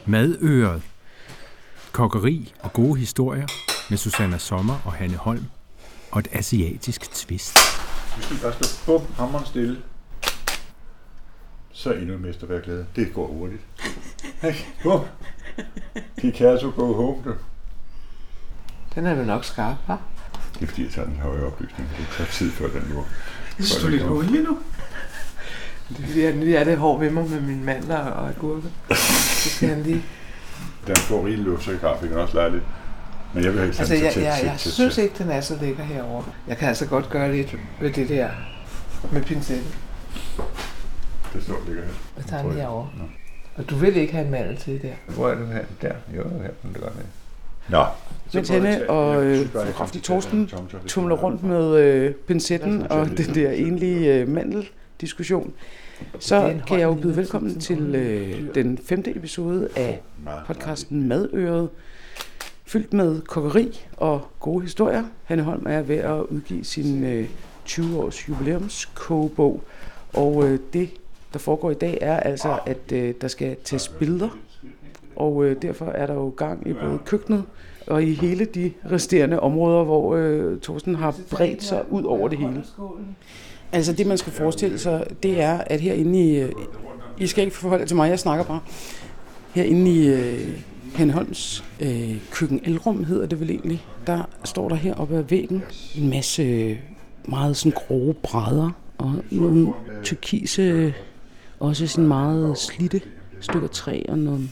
Madøret. Kokkeri og gode historier med Susanna Sommer og Hanne Holm. Og et asiatisk twist. Hvis du bare slår bum, hammeren stille, så er endnu et mesterværk lavet. Det går hurtigt. Bum. Picasso go home, du. Den er jo nok skarp, hva'? Det er fordi, jeg tager den høje opløsning, for det tager tid før den jo. Jeg synes, du lidt olie nu. Det er fordi, jeg lige er det hård ved mig med mine mandler og agurker. Så skal han lige... Den får rigtig luft, så kan grafikeren også lege lidt. Men jeg vil ikke altså, jeg synes ikke, den er så lækker herovre. Jeg kan altså godt gøre lidt ved det der med pincetten. Det står ligger her. Jeg tager den herovre. Og du vil ikke have en mandel til der? Hvor er den her? Der. Jo, her den det godt med. Nå. Mens Hanne og fotografen Torsten tumler rundt med pincetten og den der enlige mandeldiskussion, så kan jeg jo byde velkommen til den 5. episode af podcasten Madøret, fyldt med kokkeri og gode historier. Hanne Holm er ved at udgive sin 20-års jubilæumskogebog, og det, der foregår i dag, er altså, at der skal tages billeder, og derfor er der jo gang i både køkkenet og i hele de resterende områder, hvor Torsten har bredt sig ud over det hele. Altså det, man skal forestille sig, det er, at herinde i... I skal ikke forholde til mig, jeg snakker bare. Herinde i Hanne Holms køkken-elrum, hedder det vel egentlig, der står der heroppe ad væggen en masse meget sådan grove brædder og nogle turkise, også sådan meget slidte stykker træ og nogle...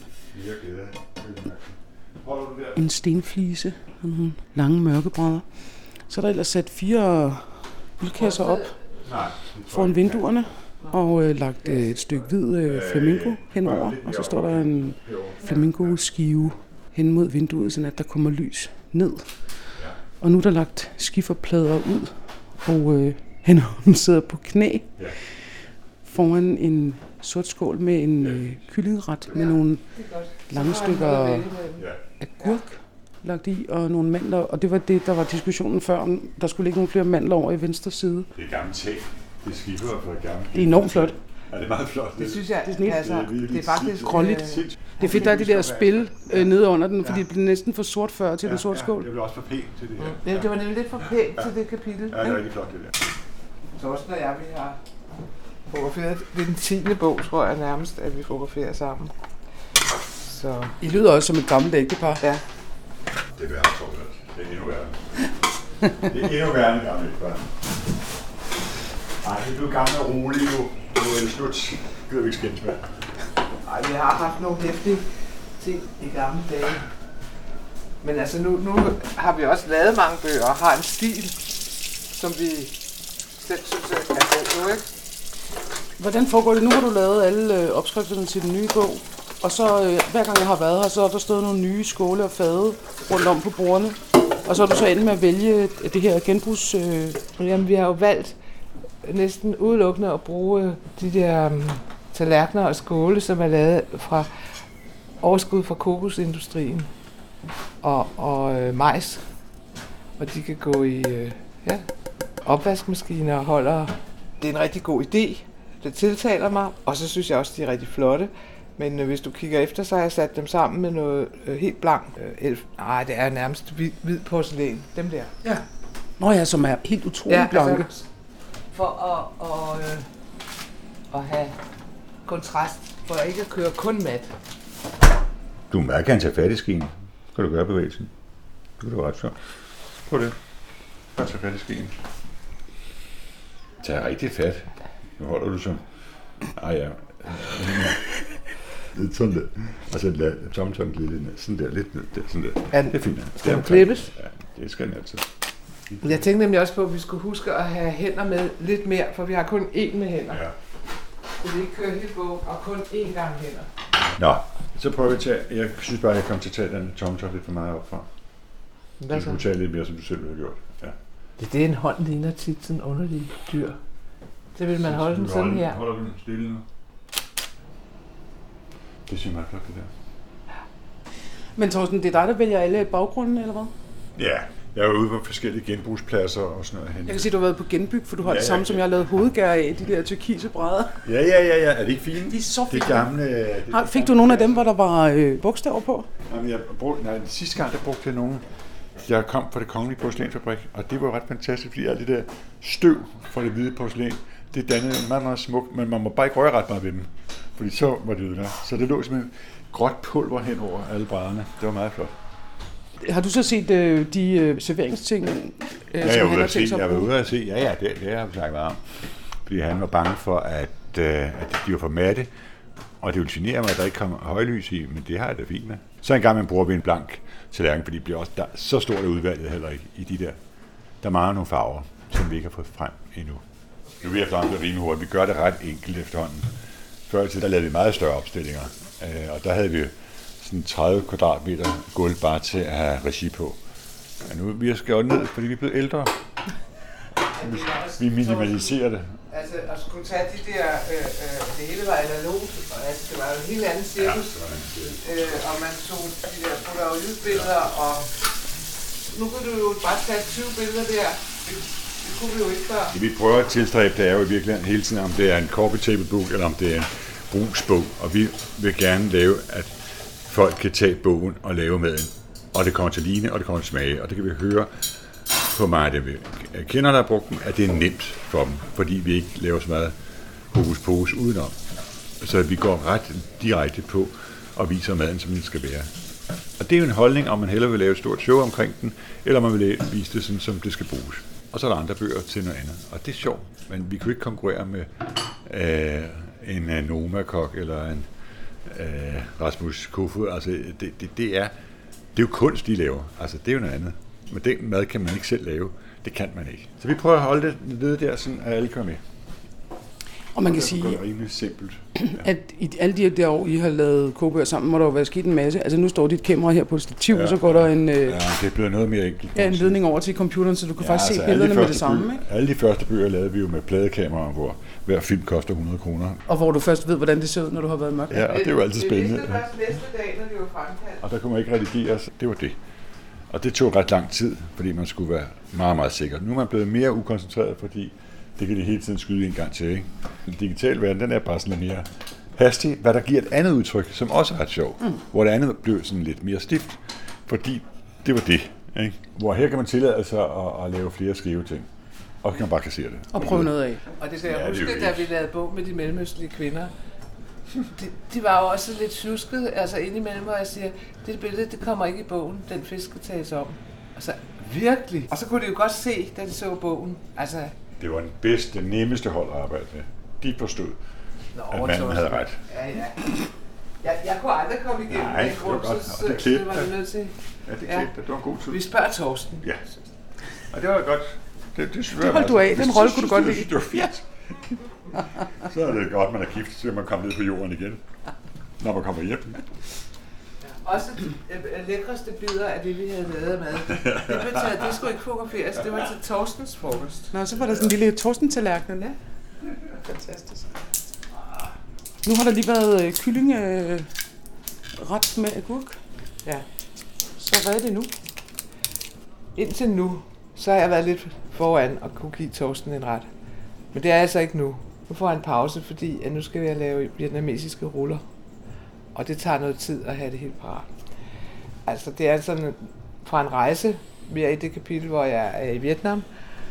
en stenflise og nogle lange mørkebrædder. Så er der ellers sat 4 ølkasser op foran vinduerne og lagt et stykke hvid flamingo henover. Og så står der en flamingo-skive hen mod vinduet, så at der kommer lys ned. Og nu er der lagt skiferplader ud, og han sidder på knæ foran en sort skål med en kyllingeret med nogle lange stykker agurk lagt i og nogle mandler. Og det var det, der var diskussionen før, om der skulle ligge nogle flere mandler over i venstre side. Det er gammelt tag. Det er skifer for gammelt. Det er enormt flot. Ja, det er meget flot. Det synes jeg, det er faktisk gråligt. Det er fedt, der er de der spil nede under den, fordi det bliver næsten for sort før til den sorte skål. Det bliver også for pænt til det her. Ja, det var nemlig lidt for pænt til det kapitel. Ja, det er rigtig flot det der. Torsten og jeg, vi har fotograferet. Det er den 10. bog, tror jeg nærmest, at vi fotograferer sammen. Så... I lyder også som et gammelt ægtepar. Ja. Det er værre, tror jeg. Det er endnu værre. Det er endnu værre end gammelt ægtepar. Ej, det er gammel og rolig nu. Nu er det slut. Det gider vi ikke skændes med. Ej, vi har haft nogle hæftige ting i gamle dage. Men altså, nu har vi også lavet mange bøger og har en stil, som vi selv synes er god nu, ikke? Hvordan foregår det? Nu har du lavet alle opskrifterne til den nye bog, og så hver gang jeg har været her, så er der stået nogle nye skåle og fade rundt om på bordene. Og så er du så endt med at vælge det her genbrugs... Jamen, vi har jo valgt næsten udelukkende at bruge de der tallerkener og skåle, som er lavet fra overskud fra kokosindustrien og majs. Og de kan gå i opvaskemaskiner og holder. Det er en rigtig god idé. Det tiltaler mig, og så synes jeg også, de er rigtig flotte. Men hvis du kigger efter, så har jeg sat dem sammen med noget helt blank elf. Nej, det er nærmest hvid porcelæn. Dem der. Ja. Nå ja, som er helt utroligt blanke. Altså, for at have kontrast, for ikke at køre kun mat. Du mærker, at han tager fat i skien. Kan du gøre bevægelsen? Det kan du ret så. Prøv det. Bare tage fat i skien. Tag rigtig fat. Nu holder du så. Ja. Lidt sådan der. Og så lad tommeltonen glide ned. Sådan der, lidt ned. Der, sådan der. Ja, det er fint. Skal den klippes? Ja, det skal den altid. Jeg tænkte nemlig også på, at vi skulle huske at have hænder med lidt mere, for vi har kun én med hænder. Ja. Så vi ikke kører helt på, og kun én gang hænder. Nå, så prøver vi at tage. Jeg synes bare, at jeg kom til at tage den tommeltot lidt for meget op fra. Du skulle tage lidt mere, som du selv har gjort. Ja. Det er en hånd, ligner tit sådan en underlig dyr. Så vil man holde den sådan her. Holder du den stille nu? Det synes jeg meget flot, det der. Men Torsten, det er dig, der vælger alle baggrunden, eller hvad? Ja, Jeg er ude på forskellige genbrugspladser og sådan noget. Jeg kan sige, du har været på Genbyg, for du har det samme, som jeg har lavet hovedgær af, de der turkise brædder. Ja. Er det ikke fint? De er så fine. Det gamle... Fik du nogle af dem, hvor der var bogstaver på? Jamen, sidste gang, der brugte jeg nogle... Jeg kom fra det kongelige porcelænsfabrik, og det var ret fantastisk, fordi alt det der støv fra det hvide porcelæn, det dannede meget, meget smukt, men man må bare ikke røre ret meget ved dem, fordi så var det ødelagt. Så det lå simpelthen gråt pulver hen over alle brædderne. Det var meget flot. Har du så set de serveringsting, som han har tænkt sig at bruge? Jeg var ude at se, det har jeg sagt meget om. Fordi han var bange for, at de var for matte, og det ville genere mig, at der ikke kom højlys i, men det har jeg da fint med. Så en gang man bruger vi en blank tallerken, fordi det bliver også så stort udvalget heller ikke i de der. Der mangler nogle farver, som vi ikke har fået frem endnu. Nu er vi efterhånden rimelig hurtigt. Vi gør det ret enkelt efterhånden. Før i tiden, der lavede vi meget større opstillinger, og der havde vi sådan 30 kvadratmeter gulv bare til at have regi på. Og nu vi skal jo ned, fordi vi er blevet ældre. Vi minimaliserer det. Altså at skulle tage de der, det hele var analogt, og altså det var jo en helt anden cirkus, og man tog de der polaroidbilleder, og nu kunne du jo bare tage 20 billeder der. Det kunne vi jo ikke før. Det vi prøver at tilstræbe, det er jo i virkeligheden hele tiden, om det er en coffee table book, eller om det er en brugsbog, og vi vil gerne lave, at folk kan tage bogen og lave maden, og det kommer til at ligne, og det kommer til at smage, og det kan vi høre på mig, det vi kender, der har brugt dem, at det er nemt for dem, fordi vi ikke laver så meget hokus-pokus udenom. Så vi går ret direkte på og viser maden, som den skal være. Og det er jo en holdning, om man hellere vil lave et stort show omkring den, eller man vil vise det sådan, som det skal bruges. Og så er der andre bøger til noget andet. Og det er sjovt, men vi kunne ikke konkurrere med en Noma-kok eller en Rasmus Kofod. Altså, det er jo kunst, de laver. Altså, det er jo noget andet. Men den mad kan man ikke selv lave. Det kan man ikke. Så vi prøver at holde det ved der, sådan at alle kommer med. Og man kan sige, det er rimelig simpelt. At i alle de der år, I har lavet kogebøger sammen, må der jo være sket en masse. Altså nu står dit kamera her på et stativ, og så går der en... det er blevet noget mere enkelt. Ja, en ledning over til computeren, så du kan faktisk se billederne med det samme, ikke? Alle de første bøger lavede vi jo med pladekameraer, hvor hver film koster 100 kroner. Og hvor du først ved, hvordan det ser ud, når du har været mørk. Ja, og det er jo altid spændende. Det først næste dag, når det var fremkaldt. Og der kunne man ikke redigere, det var det. Og det tog ret lang tid, fordi man skulle være meget, meget sikker. Nu er man blevet mere ukoncentreret, fordi det kan de hele tiden skyde en gang til, ikke? Den digitale verden, den er bare sådan lidt mere hastig, hvad der giver et andet udtryk, som også er ret sjovt. Hvor det andet blev sådan lidt mere stift, fordi det var det, ikke? Hvor her kan man tillade sig at lave flere skrive ting, og kan man bare kassere det. Og prøve noget af. Og det kan jeg huske, da vi lavede bog med de mellemøstlige kvinder. De var jo også lidt slusket, altså indimellem, hvor jeg siger, det billede, det kommer ikke i bogen, den fisk skal tages om. Altså, virkelig. Og så kunne de jo godt se, da de så bogen. Altså, det var den nemmeste hold at arbejde med. De forstod, at manden havde ret. Ja. Jeg kunne aldrig komme igennem den grund, så var det nødt til. Ja, det klippede. Det var en god tid. Vi spørger Torsten. Ja. Og det var godt. Det holdt du af. Den rolle kunne du godt lide. Det var fint. Så er det godt, man er gift, så man kommer ned på jorden igen, når man kommer hjem. Også lækreste bidder af det, vi havde lavet af mad. Det skulle ikke fotograferes, det var til Torstens frokost. Nå, så var der sådan en lille Torsten-tallerken. Ja, fantastisk. Nu har der lige været kyllingeret med agurk. Ja. Så hvad er det nu? Indtil nu, så har jeg været lidt foran og kunne give Torsten en ret. Men det er altså ikke nu. Nu får jeg en pause, fordi at nu skal jeg lave vietnamesiske ruller. Og det tager noget tid at have det helt parat. Altså det er sådan fra en rejse. Vi er i det kapitel, hvor jeg er i Vietnam.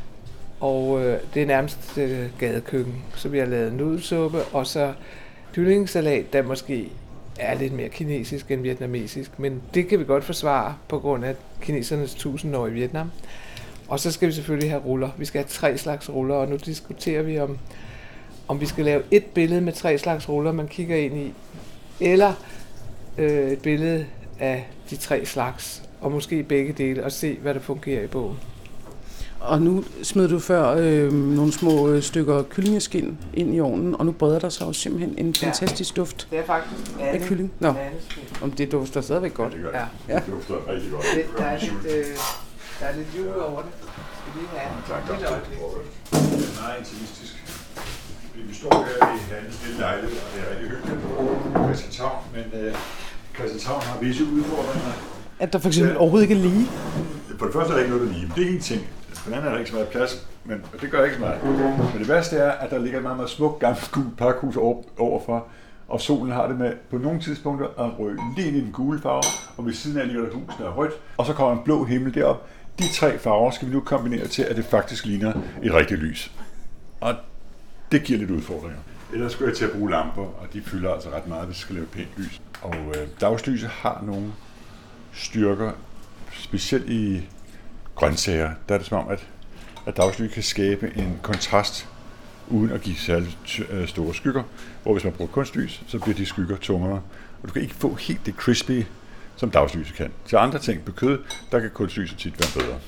Og det er nærmest gadekøkken. Så vi har lavet nudelsuppe, og så kyllingesalat, der måske er lidt mere kinesisk end vietnamesisk. Men det kan vi godt forsvare på grund af kinesernes 1000 år i Vietnam. Og så skal vi selvfølgelig have ruller. Vi skal have 3 slags ruller, og nu diskuterer vi om vi skal lave et billede med 3 slags ruller, man kigger ind i, eller et billede af de 3 slags, og måske begge dele, og se, hvad der fungerer i bogen. Og nu smed du før nogle små stykker kyllingeskin ind i ovnen, og nu breder der sig jo simpelthen en fantastisk duft. Det er faktisk af kylling. Nå, om det dufter stadigvæk godt. Ja, det dufter rigtig godt. Der er lidt jul over det. Skal vi have et øjeblik? Det er meget intimistisk. Vi står her i Hannes lille lejlighed, og det er rigtig hyggeligt på Christianshavn, men Christianshavn har visse udfordringer. At der for eksempel overhovedet ikke er lige? For det første er der ikke noget, der lige. Det er en ting. For den anden er der ikke så meget plads, men det gør ikke så meget. Men det værste er, at der ligger et meget, meget smukt gammelt gult pakhus overfor, og solen har det med på nogle tidspunkter at røge lige ind i den gule farve, og ved siden af ligger der hus, der er rødt, og så kommer en blå himmel derop. De 3 farver skal vi nu kombinere til, at det faktisk ligner et rigtigt lys. Og det giver lidt udfordringer. Ellers skulle jeg til at bruge lamper, og de fylder altså ret meget, hvis vi skal lave pænt lys. Og dagslyset har nogle styrker, specielt i grøntsager. Der er det som om, at dagslyset kan skabe en kontrast, uden at give særligt store skygger. Hvor hvis man bruger kunstlys, så bliver de skygger tungere. Og du kan ikke få helt det crispy, som dagslyset kan. Til andre ting på kød, der kan kunstlyset tit være bedre.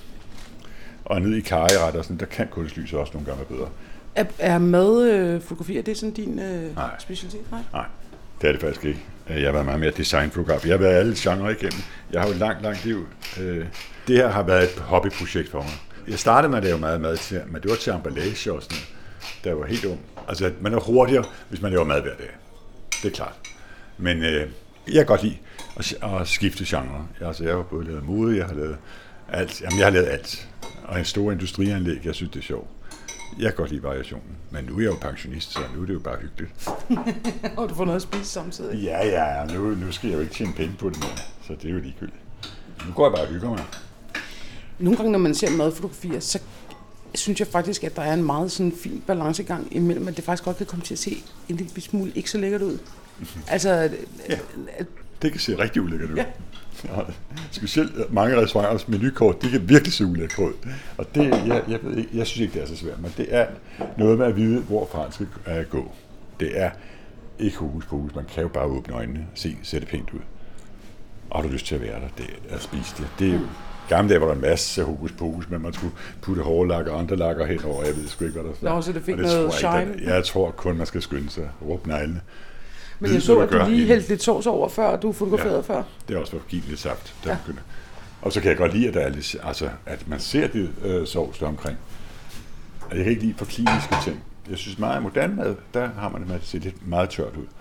Og ned i karryretter og sådan, der kan kunstlyset også nogle gange være bedre. Er madfotografi, det sådan din specialitet? Nej, det er det faktisk ikke. Jeg har været meget mere designfotograf. Jeg har været alle genrer igennem. Jeg har jo et langt liv. Det her har været et hobbyprojekt for mig. Jeg startede med at lave meget mad til, men det var til emballage og sådan noget. Der var helt ung. Altså, man er hurtigere, hvis man laver mad hver dag. Det er klart. Men jeg kan godt lide at skifte genre. Altså, jeg har både lavet mode, jeg har lavet alt. Jamen, jeg har lavet alt. Og en stor industrianlæg, jeg synes, det er sjovt. Jeg kan godt lide variationen, men nu er jeg jo pensionist, så nu er det jo bare hyggeligt. Og du får noget at spise samtidig? Ja, nu skal jeg jo ikke tjene penge på det mere, så det er jo ligegyldigt. Nu går jeg bare og hygger mig. Nogle gange, når man ser madfotografier, så synes jeg faktisk, at der er en meget sådan fin balancegang imellem, at det faktisk godt kan komme til at se en lille smule ikke så lækkert ud. Altså, ja, det kan se rigtig ulækkert ud. Ja. Ja, specielt mange restauranters menukort, de kan virkelig se ulækkert ud. Og det, jeg ved ikke, jeg synes ikke, det er så svært, men det er noget med at vide, hvorfra det skal gå. Det er ikke hokus pokus, man kan jo bare åbne øjnene og se det pænt ud. Og har du lyst til at være der, det er at spise det. Det er jo gamle dage, var der en masse hokus pokus, men man skulle putte hårlakker og andre lakker henover, jeg ved sgu ikke, hvad der er. Nå, så det fik noget shine. Jeg tror kun, man skal skynde sig og råbe neglene. Men jeg så, at du lige hældte lidt sovs over, før du fotograferede før. Det er også for at give lidt saft. Ja. Og så kan jeg godt lide, at der er lidt, altså, at man ser det sovs der omkring. Jeg kan ikke lide for kliniske ting. Jeg synes meget moderne mad, der har man det med at se lidt meget tørt ud.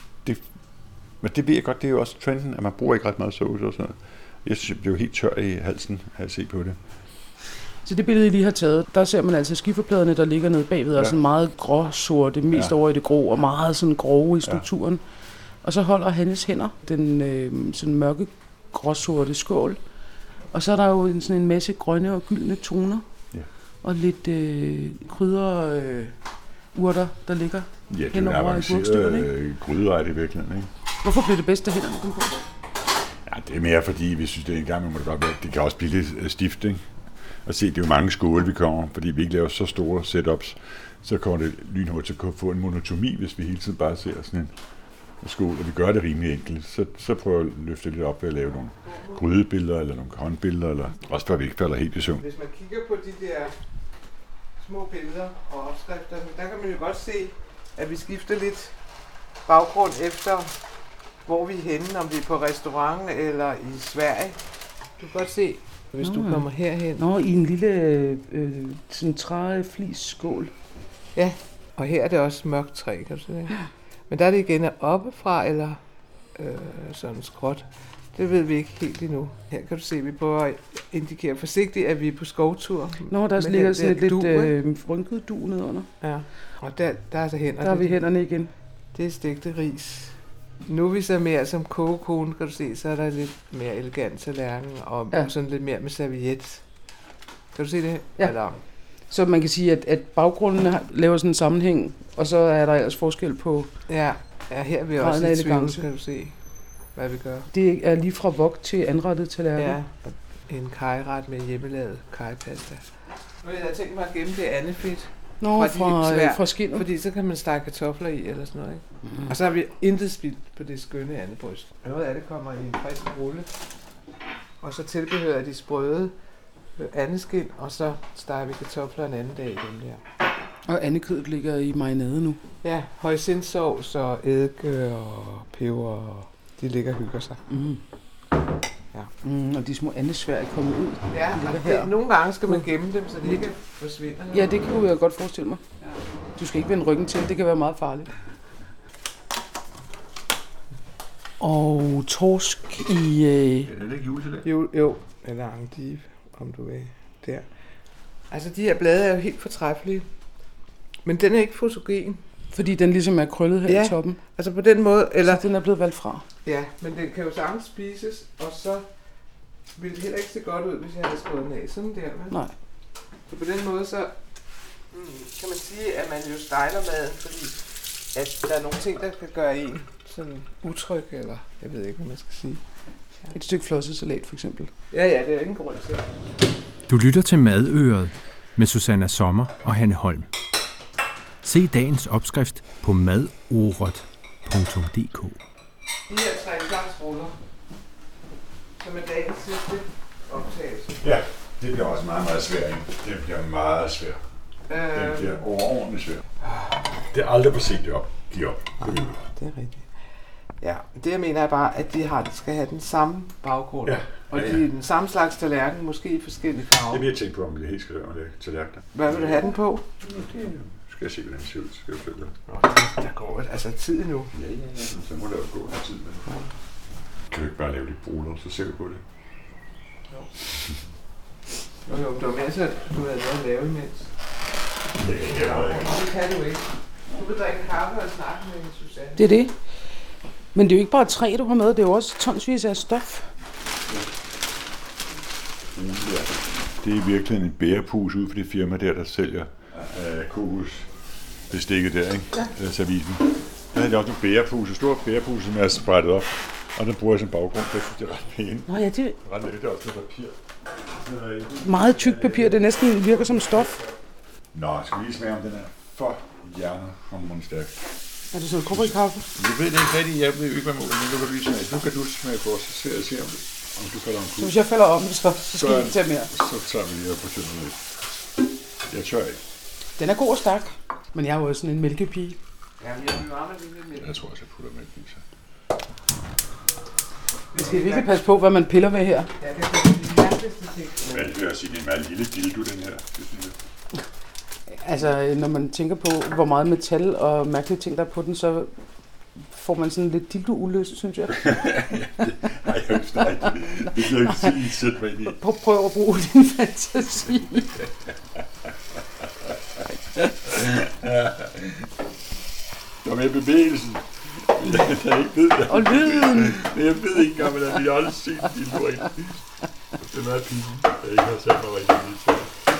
Men det ved jeg godt, det er jo også trenden, at man bruger ikke ret meget sovs og sådan noget. Jeg synes, det bliver jo helt tør i halsen, at jeg se på det. Så det billede, I lige har taget, der ser man altså skiferpladerne, der ligger nede bagved, og sådan meget gråsorte, mest over i det grå, og meget sådan grove i strukturen. Ja. Og så holder Hannes hænder den sådan mørke gråsorte skål. Og så er der jo sådan en masse grønne og gyldne toner, og lidt krydderurter, der ligger henover i gurkstykkerne. Ja, det er jo krydderret i virkeligheden, ikke? Hvorfor blev det bedst, at hænderne kom på? Ja, det er mere fordi, vi synes, det er en gang, må det godt være, det kan også blive lidt stift, ikke? Og se, det er jo mange skåle, vi kommer, fordi vi ikke laver så store setups, så kommer det lynhurtigt til at få en monotomi, hvis vi hele tiden bare ser sådan en skål, og vi gør det rimelig enkelt. Så prøver jeg at løfte lidt op ved at lave nogle grydebilleder, eller nogle håndbilleder, eller også før vi ikke falder helt i søvn. Hvis man kigger på de der små billeder og opskrifter, der kan man jo godt se, at vi skifter lidt baggrund efter, hvor vi er henne, om vi er på restauranten eller i Sverige. Du kan godt se, hvis du kommer herhen. Nå, i en lille centrale skål. Ja, og her er det også mørkt træ, kan du se det? Men der er det igen oppefra eller sådan skråt. Det ved vi ikke helt endnu. Her kan du se, at vi prøver at indikere forsigtigt, at vi er på skovtur. Nå, der ligger sådan lidt rynket dug nedunder. Ja, og der er så hænderne. Der er vi hænderne igen. Det er stegte ris. Nu er vi så mere som kogekone, kan du se, så er der lidt mere elegant tallerken, og sådan lidt mere med serviet. Kan du se det? Ja. Eller? Så man kan sige, at baggrunden laver sådan en sammenhæng, og så er der ellers forskel på... Ja, her er vi også i tvivl, kan du se, hvad vi gør. Det er lige fra wok til anrettet tallerken. Ja, en kajret med hjemmelavet kajpasta. Nu har jeg tænkt mig at gemme det andefedt. Nå, fra skindet. Fordi så kan man stege kartofler i eller sådan noget, ikke? Og så har vi intet spildt på det skønne andebryst. Noget af det kommer i en frisk rulle. Og så tilbehører de sprøde andeskin, og så steger vi kartofler en anden dag i dem der. Og andekødet ligger i marinade nu? Ja, højsindsovs og eddike og peber, de ligger og hygger sig. Mm. Ja. Og de små andesvær er kommet ud. Ja, nogle gange skal man gemme dem, så de ikke forsvinder. Ja, det kunne jeg godt forestille mig. Ja. Du skal ikke vende ryggen til, det kan være meget farligt. Og torsk i... Er det ikke julesalat? Jo, eller endive. kom du af der. Altså, de her blade er jo helt fortræffelige. Men den er ikke fotogen. Fordi den ligesom er krøllet her i toppen. Altså på den måde, eller... Så den er blevet valgt fra. Ja, men den kan jo sagtens spises, og så ville det heller ikke se godt ud, hvis jeg havde skåret den af sådan der. Men. Nej. Så på den måde, så kan man sige, at man jo stejler maden, fordi at der er nogle ting, der kan gøre en sådan utryg, eller jeg ved ikke, hvad man skal sige. Ja. Et stykke flossesalat for eksempel. Ja, det er ingen grund til. Du lytter til Madøret med Susanna Sommer og Hanne Holm. Se dagens opskrift på madoret.dk. De her 3 glasruller, som er dagens sidste optagelse. Ja, det bliver også meget, meget svært. Det bliver meget svært. Det bliver overordentligt svært. Det er aldrig for sent at give op. Det er rigtigt. Ja, det jeg mener er bare, at de skal have den samme baggrund. Ja. Og de er den samme slags tallerken, måske i forskellige farver. Det vil jeg tænke på, om vi helt skal lave det tallerkener. Hvad vil du have den på? Skal jeg se, hvordan det ser ud? Skal jeg følge det? Der går altså tid nu. Ja. Så må der jo gå noget tid med det. Kan vi ikke bare lave lidt bruler, så ser vi på det? Jo, det var masser, du havde noget at lave imens. Det kan du ikke. Du vil drikke kaffe og snakke med Susanne. Det er det. Men det er jo ikke bare træ, du har med, det er jo også tonsvis af stof. Det er virkelig en bærepus ud for det firma der sælger kokosbestikket der, ikke? Ja. Servisen. Der havde de også nogle bærepuse, store bærepuse, som er sprættet op. Og den bruger jeg som baggrund, det synes jeg er ret pænt. Nå ja, det er ret lidt, det er også noget papir. Meget tykt papir, det næsten virker som stof. Nå, skal vi lige smage, om den er for hjerneharmonistærk. Er det sådan en kobberkaffe? Jeg ved det ikke rigtigt, jeg ved ikke, hvad målet, men nu kan du lige smage. Nu kan du smage på, så ser jeg se, om du falder om kurs. Så hvis jeg falder om, så skal vi ikke tage mere. Så tager vi lige og portioner lidt. Jeg tør ikke. Den er god og stærk, men jeg er jo også sådan en mælkepige. Ja, jeg vil varme lidt mælk. Jeg tror også, jeg putter mælk i, så. Vi skal virkelig passe på, hvad man piller ved her. Ja, det er de mærkeligste ting. Hvad vil jeg sige, det er en meget lille dildo, den her. Altså, når man tænker på, hvor meget metal og mærkelige ting, der er på den, så får man sådan lidt dildo-ulyst, synes jeg. Nej, jeg ønsker ikke. Det kan jeg ikke sætte mig ind i. Prøv at bruge din fantasi. Det var med bevægelsen. Jeg ikke ved det. Og lyden. Men jeg ved ikke engang, hvordan jeg aldrig set en dildo ind. Det er meget pinligt, jeg ikke har sat mig rigtig lige før.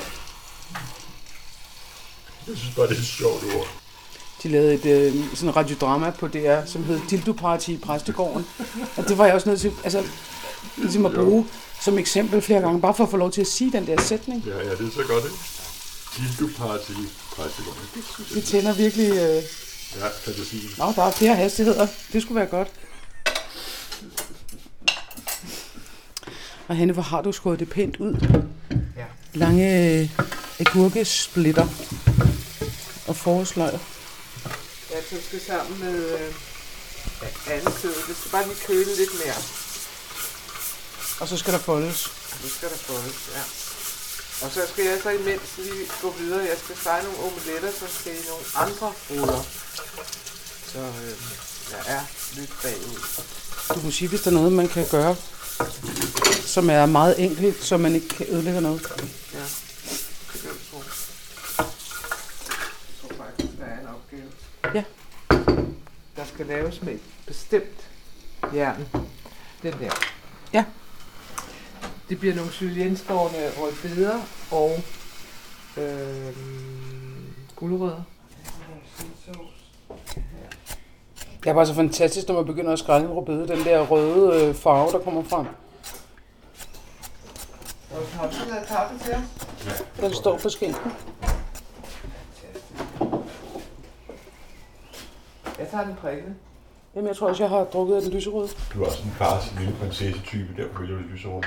Jeg synes bare, det er et sjovt ord. De lavede et sådan radiodrama på DR, som hed Dildo Party i Præstegården. Og det var jeg også nødt til ligesom at bruge som eksempel flere gange, bare for at få lov til at sige den der sætning. Ja, det er så godt, ikke? Dildo Party i Præstegården. Det tænder virkelig... Ja, fantasien. Nå, der er flere hastigheder. Det skulle være godt. Og Hanne, hvor har du skåret det pænt ud? Ja. Lange agurkesplitter og forårsløg. Ja, det skal sammen med andet kød. Det skal bare lige køle lidt mere. Og så skal der foldes. Så skal der foldes, ja. Og så skal jeg så imens lige gå videre. Jeg skal stege nogle omeletter, som skal i nogle andre ruller. Så jeg er lidt bagud. Du kunne sige, hvis der er noget, man kan gøre, som er meget enkelt, så man ikke kan ødelægge noget. Ja, det kan jeg tro. Jeg tror faktisk, der er en opgave. Ja. Der skal laves med et bestemt jern. Den der. Ja. Det bliver nogle julienskårne rødbeder og gulerødder. Det er bare så fantastisk, når man begynder at skrælle en rødbede, den der røde farve, der kommer frem. Har du lavet kaffe til os? Ja. Den står på skænken. Jeg tager den prikket. Jamen, jeg tror også, jeg har drukket af den lyserøde. Du er også en fars lille prinsesse-type, der følger du lyserøde.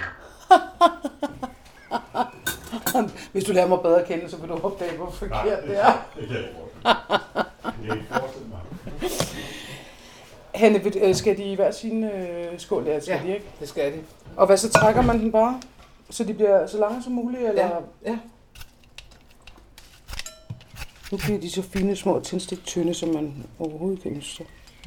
Hvis du lærer mig bedre at kende, så vil du opdage, hvor forkert det er. Det kan jeg ikke forestille mig. Det kan ikke forestille mig. Hanne, skal de i hver sin skål? Ja, skal de, ikke? Det skal de. Og hvad, så trækker man den bare, så de bliver så lange som muligt? Eller? Ja. Nu bliver de så fine små tændstik tynde, som man overhovedet kan ønske sig. Ja.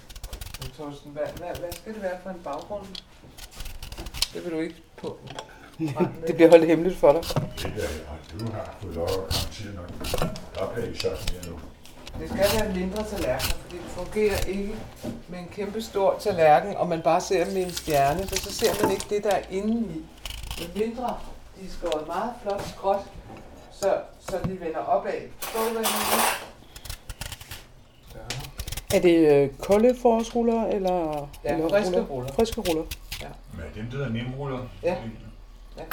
Torsten, hvad skal det være for en baggrund? Det vil du ikke på. Det bliver holdt hemmeligt for dig. Du har fået lov at komme til nok op her i sådan her nu. Det skal være mindre tallerkener, fordi det fungerer ikke med en kæmpe stor tallerken, og man bare ser med en stjerne, for så ser man ikke det, der er inde i. Men mindre, de er skåret meget flot skråt, så de vender opad. Forstår du, hvad jeg mener? Er det kolde forårsruller, eller? Ja, eller friske ruller. Friske ruller. Ja. Hvad er dem, der hedder nemruller? Ja. Ja.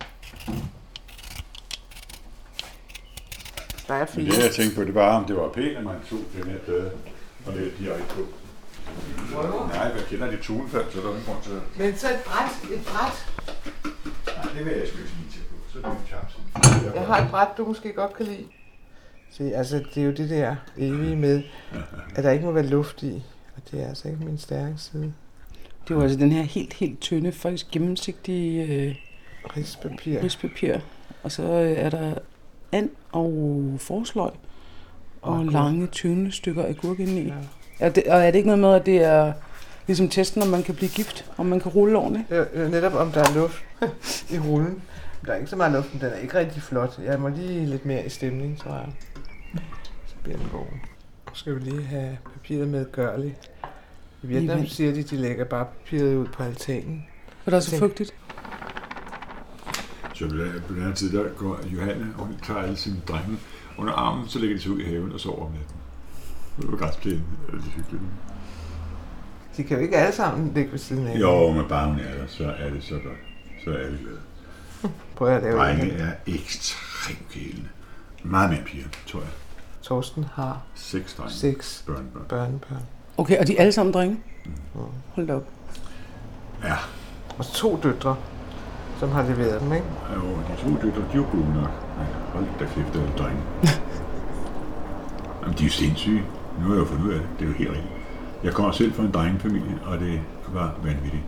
Der er Men det, jeg tænkte på, det var, om det var pænt, at man tog den her plade og lidt direkte på. Nej, jeg kender det tunefald, så der er ingen grund til det. Men så et bræt. Nej, det vil jeg sgu ikke lige til på. Så er det en chaps. Jeg har et bræt, du måske godt kan lide. Se, altså, det er jo det der evige med, at der ikke må være luft i. Og det er altså ikke min stærke side. Det var altså den her helt tynde, faktisk gennemsigtige rispapir. Og så er der and og forsløg og lange, tynde stykker agurk indeni. Ja. Og er det ikke noget med, at det er ligesom testen, om man kan blive gift, om man kan rulle ordentligt? Netop om der er luft i rullen. Der er ikke så meget luft, men den er ikke rigtig flot. Jeg må lige lidt mere i stemning, tror jeg. Så bliver den god. Så skal vi lige have papiret med gørlig. I Vietnam siger de lægger bare papiret ud på altanen. For der er så fugtigt. Så på den her tid, der går Johanne, og hun tager alle sine drenge under armen, så lægger de sig ud i haven og sover om natten. Det var græsplænen, det er hyggeligt. De kan jo ikke alle sammen ligge ved siden af. Jo, men bare hun er der, så er det så godt. Så er vi glade. Prøv at lave drenge er ekstremt kælende. Meget mere piger, tror jeg. Torsten har 6 drenge. 6 børnebørn. Okay, og de er alle sammen drenge? Hold da op. Ja. Og 2 døtre, som har leveret dem, ikke? Jo, de 2 døtre, de er jo gode nok. Hold da kæft, det er drenge. Jamen, de er jo sindssyge. Nu har jeg jo fundet ud af det. Det er jo helt rigtigt. Jeg kommer selv fra en drengefamilie, og det var vanvittigt.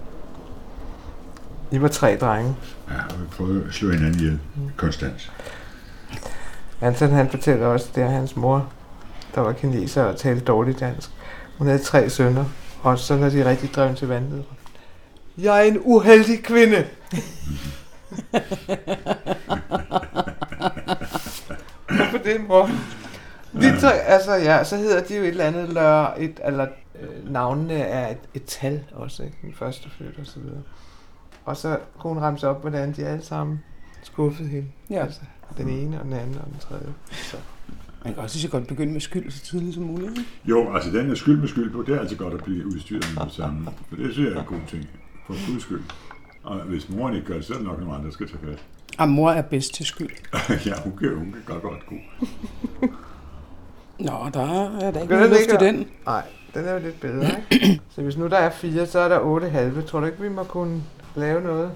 I var 3 drenge. Ja, og vi prøvede at slå hinanden ihjel. Konstant. Anton, han fortæller også, at det er hans mor, der var kineser og talte dårligt dansk. Hun havde 3 sønner, og så når de rigtig drev til vandet. Jeg er en uheldig kvinde. Hvorfor det, mor? De 3, altså ja, så hedder de jo et eller andet navnene er et tal også, ikke? Den første født og så videre. Og så kunne hun ramse op, hvordan de alle sammen skuffede hende. Ja. Altså, den ene og den anden og den tredje. Så. Man kan også lige så godt begynde med skyld så tidligt som muligt. Ikke? Jo, altså den er skyld med skyld på, det er altså godt at blive udstyret med det samme. For det synes jeg er en god ting. For guds skyld. Og hvis moren ikke gør det, så er det nok nogle andre, der skal tage fat. Og mor er bedst til skyld. Ja, hun kan godt gå. Nå, der er der ikke noget luft i den. Nej, den er jo lidt bedre, ikke? Så hvis nu der er 4, så er der 8 halve. Tror du ikke, vi må kunne lave noget?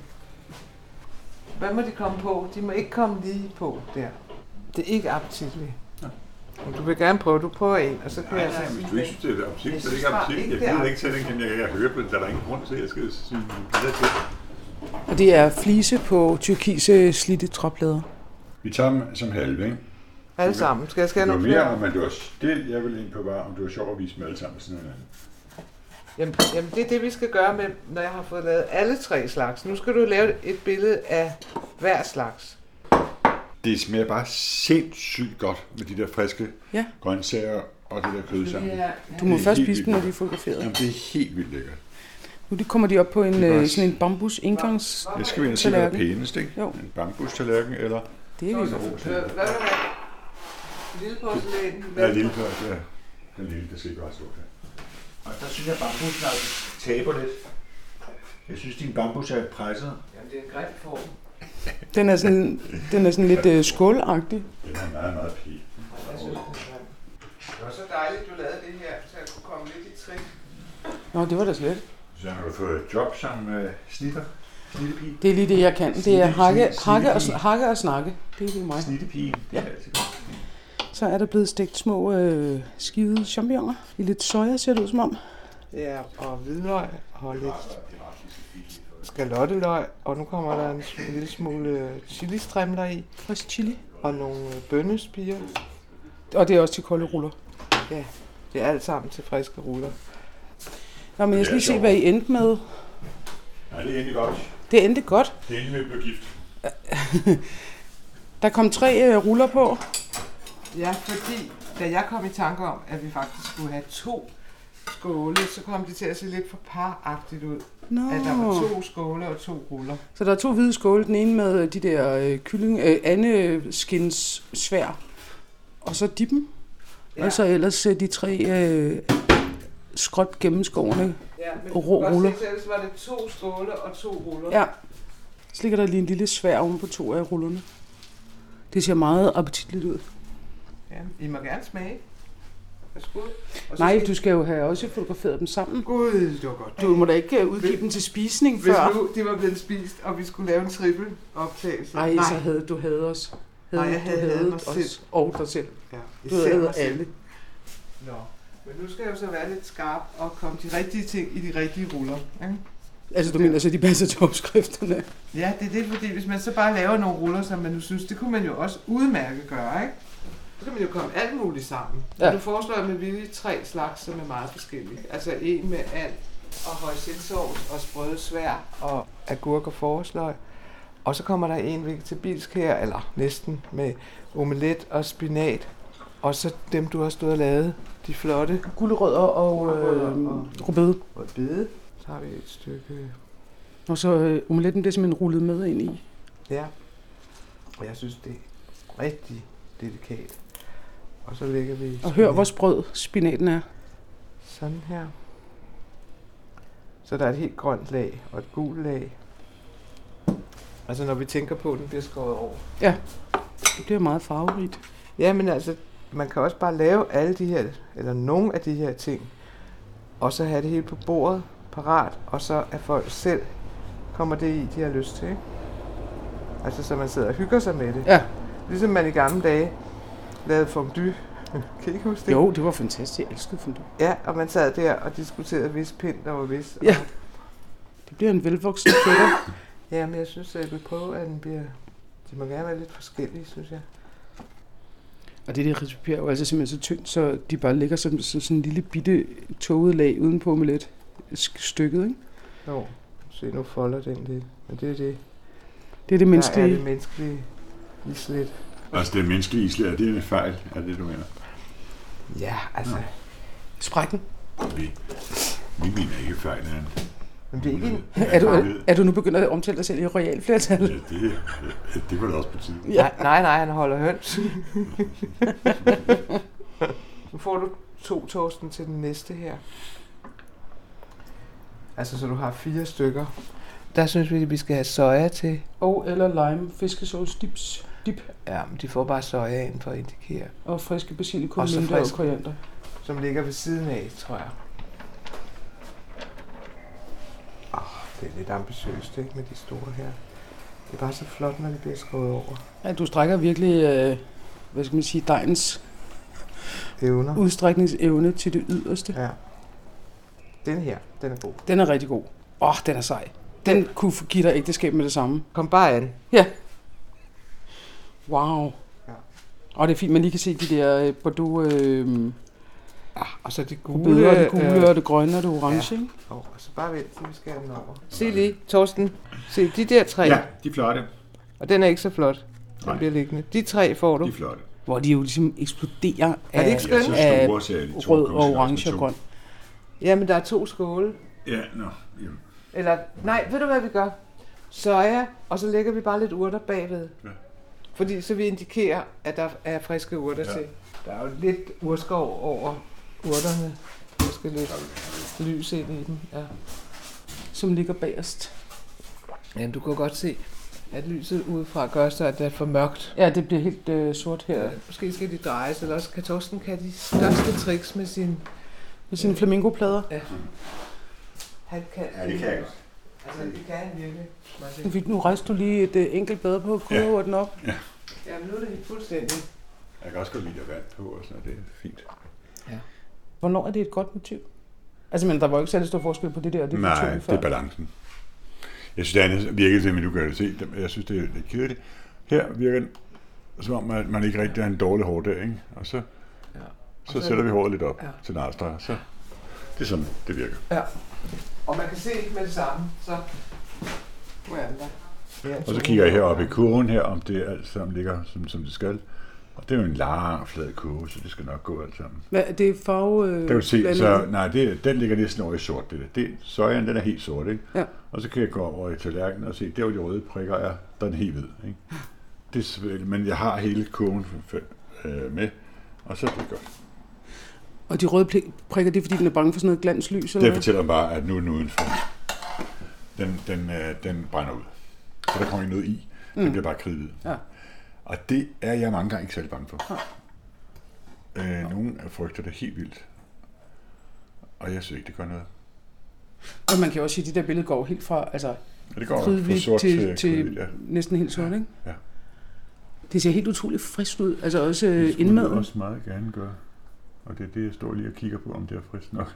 Hvad må de komme på? De må ikke komme lige på der. Det er ikke appetitligt. Ja. Du vil gerne prøve. Du prøver en, og så kan jeg... Nej, hvis du ikke synes, det er appetitligt, så er det ikke appetitligt. Jeg gider ikke tage den, jeg kan høre på det. Der er ingen grund til, at jeg skal sige det til. Og det er flise på tyrkise slidte tråplader. Vi tager dem som halve, ikke? Alle sammen. Skal jeg nogle flere? Men det var det, jeg ville ind på, var, om det var sjovt at vise dem alle sammen sådan noget andet. Jamen, det er det, vi skal gøre med, når jeg har fået lavet alle 3 slags. Nu skal du lave et billede af hver slags. Det smager bare sindssygt godt med de der friske grøntsager og det der kød sammen. Du må først spise dem, når de er fotograferet. Jamen, det er helt vildt lækkert. Nu kommer de op på sådan en bambus indgangs. Jeg skal vi ind og se, hvad er pænest, ikke? Jo. En bambus-tallerken, eller? Det er vi. Hvad vil du have? Lille porcelæn? Ja, lille porcelæn. Ja. Den lille, der ser godt stort her. Og der synes jeg, at bambusen taber lidt. Jeg synes, din bambus er presset. Jamen, det er en grim form. Den er sådan lidt skålagtig. Den er meget, meget pæn. Jeg synes, det var så dejligt, du lavede det her, så jeg kunne komme lidt i trin. Nå, det var da slet. Så har du fået et job sammen med snittepige? Det er lige det, jeg kan. Det er hakke og snakke. Det er lige mig. Snittepige? Ja. Så er der blevet stegt små skivede champignoner. I lidt soja ser det ud som om. Ja, og hvidløg og lidt skalotteløg. Og nu kommer der en lille smule chilistrimler i. Frisk chili. Og nogle bønnespirer. Og det er også til kolde ruller. Ja, det er alt sammen til friske ruller. Nå, men jeg skal lige se, hvad I endte med. Ja, det er egentlig godt. Det endte godt. Det endte med at blive gift. Der kom 3 ruller på. Ja, fordi da jeg kom i tanke om, at vi faktisk skulle have 2 skåle, så kom det til at se lidt for paragtigt ud. Nå. At der var 2 skåle og 2 ruller. Så der er 2 hvide skåle. Den ene med de der andeskins svær. Og så dippen. Ja. Og så ellers de 3 skråt gennemskårende rå ruller. Så var det 2 skåle og 2 ruller. Ja. Så ligger der lige en lille svær oven på 2 af rullerne. Det ser meget appetitligt ud. Ja, I må gerne smage. Nej, du skal jo have også fotograferet dem sammen. Gud, det var godt. Du må da ikke udgive dem til spisning før. Hvis nu de var blevet spist, og vi skulle lave en trippel optagelse. Nej, så havde du os. Nej, jeg havde mig selv. Og dig selv. Ja, du havde alle. Nå, men nu skal jeg jo så være lidt skarp og komme de rigtige ting i de rigtige ruller. Ja? Altså du mener så, de passer til opskrifterne? Ja, det er det, fordi hvis man så bare laver nogle ruller, som man nu synes, det kunne man jo også udmærket gøre, ikke? Så kan man jo komme alt muligt sammen. Ja. Du foreslår med vilje 3 slags, som er meget forskellige. Altså en med and og højsindsovs og sprøde svær og agurk og forårsløg. Og så kommer der en vegetabilsk her, eller næsten, med omelet og spinat. Og så dem, du har stået og lavet, de flotte. Gulerødder og rødbede. Rødbede. Så har vi et stykke. Og så omeletten, det er simpelthen rullet med ind i. Ja. Og jeg synes, det er rigtig delikat. Og så lægger vi... Og hør, hvor sprød spinaten er. Sådan her. Så der er et helt grønt lag og et gult lag. Altså når vi tænker på, at den bliver skåret over. Ja, det er meget farverigt. Ja, men altså, man kan også bare lave alle de her, eller nogle af de her ting, og så have det hele på bordet, parat, og så er folk selv kommer det i, de har lyst til. Ikke? Altså så man sidder og hygger sig med det. Ja. Ligesom man i gamle dage lavede fondue. Kan I ikke huske det? Jo, det var fantastisk. Jeg elskede fondue. Ja, og man sad der og diskuterede, hvis pind der var vis. Ja. Det bliver en velvoksen fætter. Ja, men jeg synes, at jeg vil prøve, at den bliver... De må gerne være lidt forskellige, synes jeg. Og det recipe er jo altså simpelthen så tyndt, så de bare ligger som sådan en lille bitte tåget lag uden på omelet stykket, ikke? Jo, se nu folder den lidt. Men det er det. Det er det menneskelige. Der er det menneskelige islet. Altså det menneskelige islet, er det en fejl? Er det, du mener? Ja, altså... Ja. Sprækken? Vi mener ikke fejl, men det er ikke er du nu begyndt at omtale dig selv i royal flertal? Ja, det var da også på tiden. Ja. Nej, han holder høns. Nu får du 2 Torsten til den næste her. Altså, så du har 4 stykker. Der synes vi skal have soja til. Eller lime fiskesauce dip. Ja, men de får bare sojaen for at indikere. Og friske basilikum, mynte og koriander. Som ligger ved siden af, tror jeg. Det er lidt ambitiøst, ikke, med de store her. Det er bare så flot, når det bliver skåret over. Ja, du strækker virkelig, hvad skal man sige, dejens udstrækningsevne til det yderste. Ja. Den her, den er god. Den er rigtig god. Den er sej. Den kunne give dig ægteskab med det samme. Kom bare an. Ja. Wow. Ja. Og det er fint, man lige kan se de der Bordeaux... og så det gule, og det gule og det grønne og det orange, ikke? Og så bare vent, til vi skal have den over. Se lige, Torsten. Se, de der 3. Ja, de er flotte. Og den er ikke så flot. Den bliver liggende. De 3 får du. De er flotte. Hvor de jo ligesom eksploderer af rød og orange og grøn. Ja, men der er 2 skåle. Ja, Eller, nej, ved du hvad vi gør? Soja, og så lægger vi bare lidt urter bagved. Ja. Fordi så vi indikerer, at der er friske urter til. Der er jo lidt urskov over urterne. Der skal lidt lys ind i dem, ja. Som ligger bagerst. Ja, du kan godt se, at lyset udefra gør så, at det er for mørkt. Ja, det bliver helt sort her. Ja, måske skal de drejes, eller også kan Torsten de største tricks med sine flamingoplader. Ja. Han kan. Ja, det kan jeg godt. Altså, det kan han virkelig. Nu rejste du lige et enkelt bad på krydderurten op. Ja. Ja, men nu er det helt fuldstændig. Jeg kan også godt lide at vand på, og sådan, det er fint. Ja. Hvornår er det et godt motiv? Altså, men der var jo ikke særlig stor forskel på det der og det nej, det er balancen. Jeg synes, det andet virker til, at du kan se. Jeg synes, det er lidt kedeligt. Her virker det, som om man ikke rigtig har en dårlig hår der, ikke? Og så sætter vi håret lidt op til narstreger. Så det er sådan, det virker. Ja. Og man kan se med det samme, så Og så kigger jeg heroppe i kurven her, om det alt sammen ligger som det skal. Og det er jo en lang, flad kurve, så det skal nok gå alt sammen. Hvad, det er farve... Det vil se, så, nej, den ligger næsten over i sort. Sojaen, den er helt sort, ikke? Ja. Og så kan jeg gå over i tallerkenen og se, der hvor de røde prikker er, der er den helt hvid, ikke? Det er selvfølgelig, men jeg har hele kurven med, og så er det godt. Og de røde prikker, det er fordi, den er bange for sådan noget glanslys? Eller Det fortæller bare, at nu er den udenfor. Den brænder ud. Så der kommer ikke noget i. Den bliver bare kridhvid. Ja. Og det er jeg mange gange ikke særlig bange for. Nogle frygter det helt vildt. Og jeg synes ikke, det gør noget. Og man kan også sige, at de der billeder går helt fra det går fra sort til næsten helt sort, ikke? Ja. Det ser helt utroligt frisk ud. Altså også indmaden. Det skulle også meget gerne gøre. Og det er det, jeg står lige og kigger på, om det er frisk nok.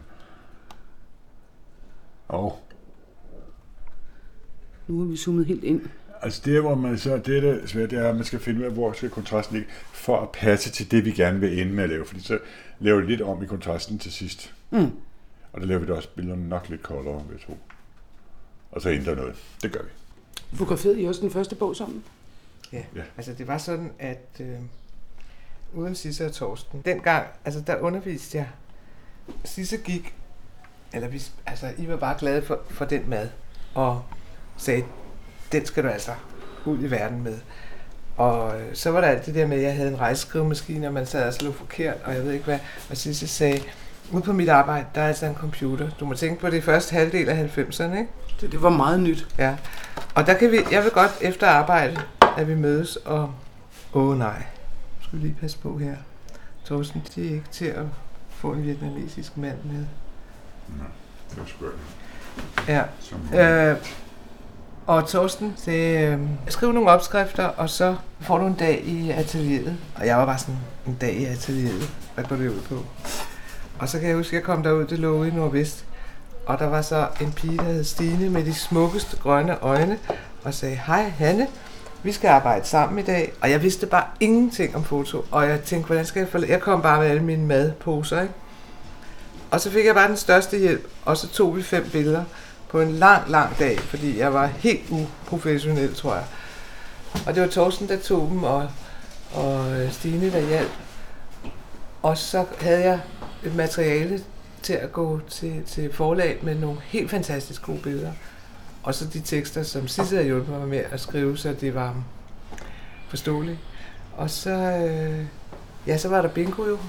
Nu er vi zoomet helt ind. Altså det, hvor man så, det er svært, det er, at man skal finde ud af, hvor skal kontrasten ligge, for at passe til det, vi gerne vil ende med at lave. Fordi så laver vi lidt om i kontrasten til sidst. Og der laver vi da også billederne nok lidt koldere, vil jeg tro. Og så ændrer noget. Det gør vi. Fotograferede I også den første bog sammen? Ja. Altså det var sådan, at uden Sisse og Torsten, dengang, altså der underviste jeg. Sisse gik, I var bare glade for den mad, og sagde, den skal du altså ud i verden med. Og så var der alt det der med, at jeg havde en rejseskrivemaskine, og man sad og slog forkert, og jeg ved ikke hvad. Og Sisse sagde, ude på mit arbejde, der er altså en computer. Du må tænke på det første halvdel af 90'erne, ikke? Det var meget nyt. Ja. Og der kan jeg vil godt efter arbejde, at vi mødes, og nej, skal vi lige passe på her. Torsten, det er ikke til at få en vietnamesisk mand med. Nej, det var sgu ja. Og Torsten sagde, skriv nogle opskrifter, og så får du en dag i atelieret. Og jeg var bare sådan, en dag i atelieret. Hvad går det ud på? Og så kan jeg huske, at jeg kom derud, det lå i Nordvest. Og der var så en pige, der hed Stine, med de smukkeste grønne øjne, og sagde, hej Hanne, vi skal arbejde sammen i dag. Og jeg vidste bare ingenting om foto, og jeg tænkte, hvordan skal jeg kom bare med alle mine madposer, ikke? Og så fik jeg bare den største hjælp, og så tog vi 5 billeder på en lang dag, fordi jeg var helt uprofessionel, tror jeg. Og det var Torsten, der tog dem, og Stine, der hjalp. Og så havde jeg et materiale til at gå til forlag med nogle helt fantastisk gode billeder. Og så de tekster, som Sisse havde hjulpet mig med at skrive, så det var forståeligt. Og så, så var der bingo jo.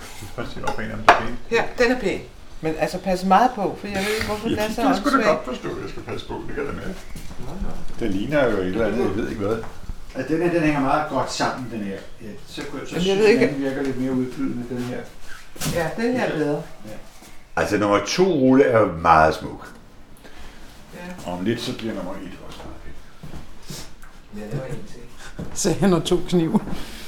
Ja, den er pæn. Men altså pas meget på, for jeg ved ikke, hvorfor den er så åndssvag. Det skulle da godt forstå, jeg skal passe på, det kan da med. Den ligner jo et eller andet, jeg ved ikke hvad. Altså, den hænger meget godt sammen, den her. Ja, så den virker lidt mere udflydende, den her. Ja, den her er bedre. Ja. Altså, nummer 2 rulle er jo meget smuk. Ja. Om lidt, så bliver nummer 1 også meget pænt. Ja, det var en ting. Sagde han og 2 knive.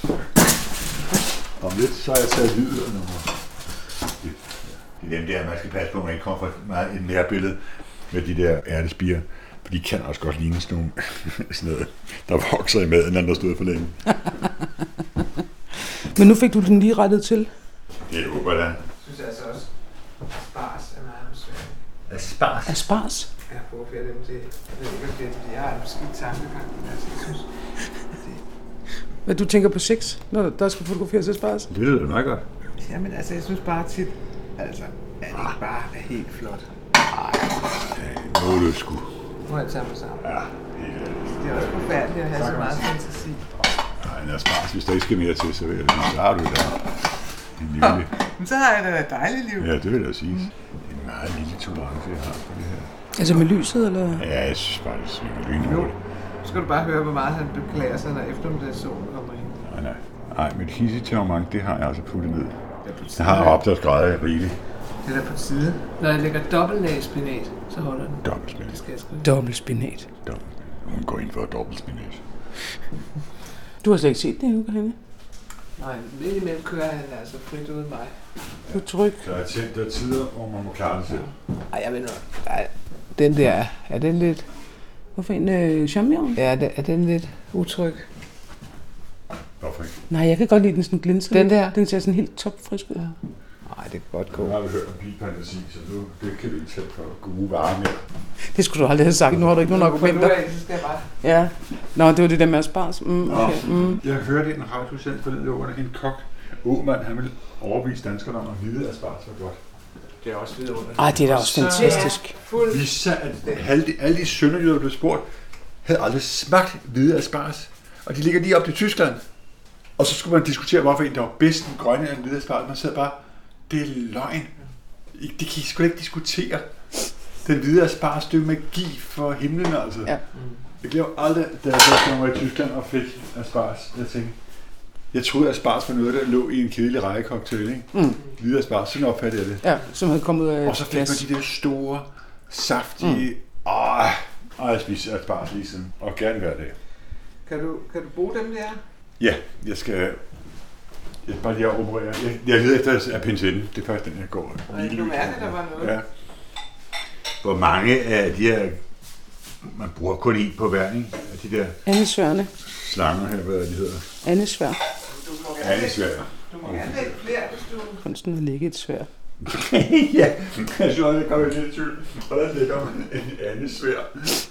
Om lidt, så er jeg taget videre nummer. Det er dem der, man skal passe på, at man ikke kommer for meget et nærbillede med de der ærtespiger. For de kan også godt ligne sådan noget, der vokser i maden, når der stod for længe. Men nu fik du den lige rettet til. Det er håber, da. Jeg synes altså også, spars er meget besværligt. Spars? Spars? Jeg prøver at dem til. Jeg ved ikke, om det er, fordi jeg har en skidt tankegang. Altså, jeg synes, hvad du tænker på sex, når der skal fotograferes til spars? Det lyder meget godt. Jamen altså, jeg synes bare tit, altså, at det ikke bare er helt flot. Nej, må du sgu. Nu har jeg taget mig sammen. Ja, helt ærligt. Det er også forfærdeligt at have så meget fantasi. Nej, en spars, hvis der ikke skal mere til, så har du da en lille... Men så har jeg da et dejligt liv. Ja, det vil jeg sige. Det er en meget lille tolerance, jeg har for det her. Altså med lyset, eller? Ja, jeg synes bare, det svinger lynhurtigt. Nu skal du bare høre, hvor meget han beklager sig, når eftermiddagssolen kommer ind. Nej, mit hissetemperament, det har jeg altså puttet ned. Jeg har opdagsgrader rigeligt. Det er der på tide. Når jeg lægger dobbeltlag spinat, så holder den. Dobbeltspinat. Det skal jeg skrive. Dobbeltspinat. Hun går ind for dobbeltspinat. Du har slet ikke set det endnu, Karine? Nej, midt imellem kører han altså frit uden mig. Du tryk. Der er tider, hvor man må klare det selv. Ej, jeg ved nok. Ej, den der, er den lidt... Hvorfor en champignon? Ja, er den lidt utryg? Hvorfor ikke? Nej, jeg kan godt lide den sådan glinser. Den der? Den ser sådan helt topfrisk ud. Ja. Nej, det kan godt gå. Nu har vi hørt om bilfantasi, så nu det kan vi ikke selv for gode varer mere. Det skulle du aldrig have sagt. Nu har du ikke nogen argumenter. Ja. Nå, det var det der med asparges. Okay. Jeg hørte en radiosend forleden under en kok. Åmand, han ville overbevise danskerne om at vide, at asparges var godt. Det er også vidunderligt. Ej, det er da også fantastisk. Vi sagde, at alle de sønderjyder, der blev spurgt, havde aldrig smagt hvide asparges. Og de ligger lige op til Tyskland. Og så skulle man diskutere, hvorfor en der var bedst, den grønne eller den hvide asparges. Man sad bare, det er løgn. Det kan I sgu ikke diskutere. Den hvide asparges, det er magi for himlen, altså. Ja. Jeg glemmer aldrig, da jeg var i Tyskland og fik asparges. Jeg tænkte, jeg troede, at asparges var noget, der lå i en kedelig rejecocktail, ikke? Hvide asparges, sådan opfattede jeg det. Ja, som havde kommet ud af og så fik man de der store, saftige... jeg spiser asparges lige siden, og gerne hver dag. Kan du bruge dem der? Ja, jeg skal bare lige operere. Jeg leder efter appendicetten. Det er faktisk den, jeg går. Og du mærker, der var noget? Ja. Hvor mange af de her... Man bruger kun én på hver, ikke? Af de der... Andesværne. Slanger her, hvad de hedder. Andesvær. Andesvær. Du må gerne lægge flere, hvis du... Kunsten at lægge et svær. Ja, jeg synes, jeg kommer lidt i tvivl. Hvordan lægger man en andesvær?